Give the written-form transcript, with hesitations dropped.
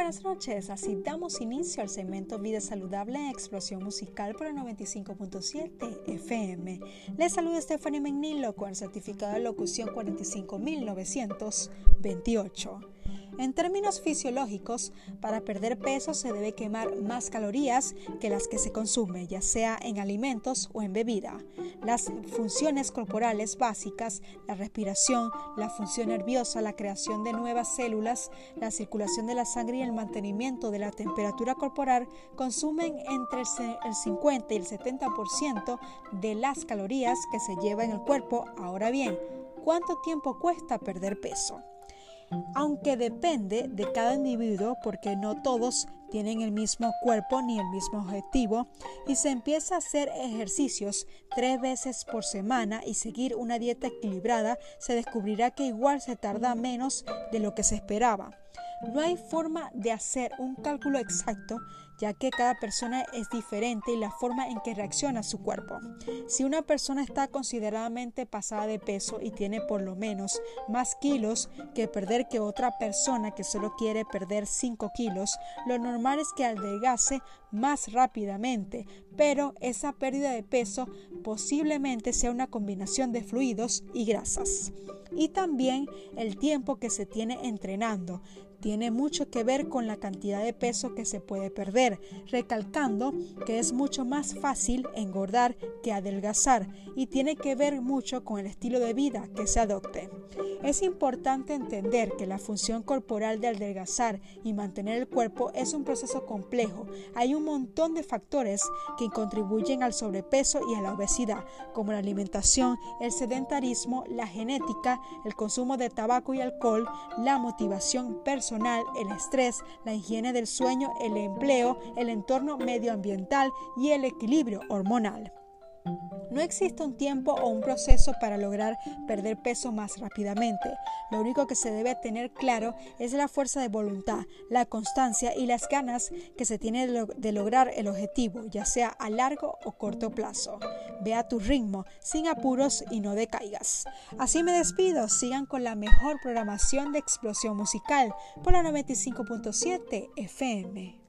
buenas noches, así damos inicio al segmento Vida Saludable en Explosión Musical por el 95.7 FM. Les saluda Stephanie Menilo con el certificado de locución 45928. En términos fisiológicos, para perder peso se debe quemar más calorías que las que se consume, ya sea en alimentos o en bebida. Las funciones corporales básicas, la respiración, la función nerviosa, la creación de nuevas células, la circulación de la sangre y el mantenimiento de la temperatura corporal consumen entre el 50 y el 70% de las calorías que se lleva en el cuerpo. Ahora bien, ¿cuánto tiempo cuesta perder peso? Aunque depende de cada individuo porque no todos tienen el mismo cuerpo ni el mismo objetivo, y se empieza a hacer ejercicios 3 veces por semana y seguir una dieta equilibrada, se descubrirá que igual se tarda menos de lo que se esperaba. No hay forma de hacer un cálculo exacto, ya que cada persona es diferente y la forma en que reacciona su cuerpo. Si una persona está considerablemente pasada de peso y tiene por lo menos más kilos que perder que otra persona que solo quiere perder 5 kilos, lo normal es que adelgace más rápidamente, pero esa pérdida de peso posiblemente sea una combinación de fluidos y grasas. Y también el tiempo que se tiene entrenando tiene mucho que ver con la cantidad de peso que se puede perder, recalcando que es mucho más fácil engordar que adelgazar y tiene que ver mucho con el estilo de vida que se adopte. Es importante entender que la función corporal de adelgazar y mantener el cuerpo es un proceso complejo. Hay un montón de factores que contribuyen al sobrepeso y a la obesidad, como la alimentación, el sedentarismo, la genética, el consumo de tabaco y alcohol, la motivación personal, el estrés, la higiene del sueño, el empleo, el entorno medioambiental y el equilibrio hormonal. No existe un tiempo o un proceso para lograr perder peso más rápidamente. Lo único que se debe tener claro es la fuerza de voluntad, la constancia y las ganas que se tiene de lograr el objetivo, ya sea a largo o corto plazo. Ve a tu ritmo, sin apuros y no decaigas. Así me despido. Sigan con la mejor programación de Explosión Musical por la 95.7 FM.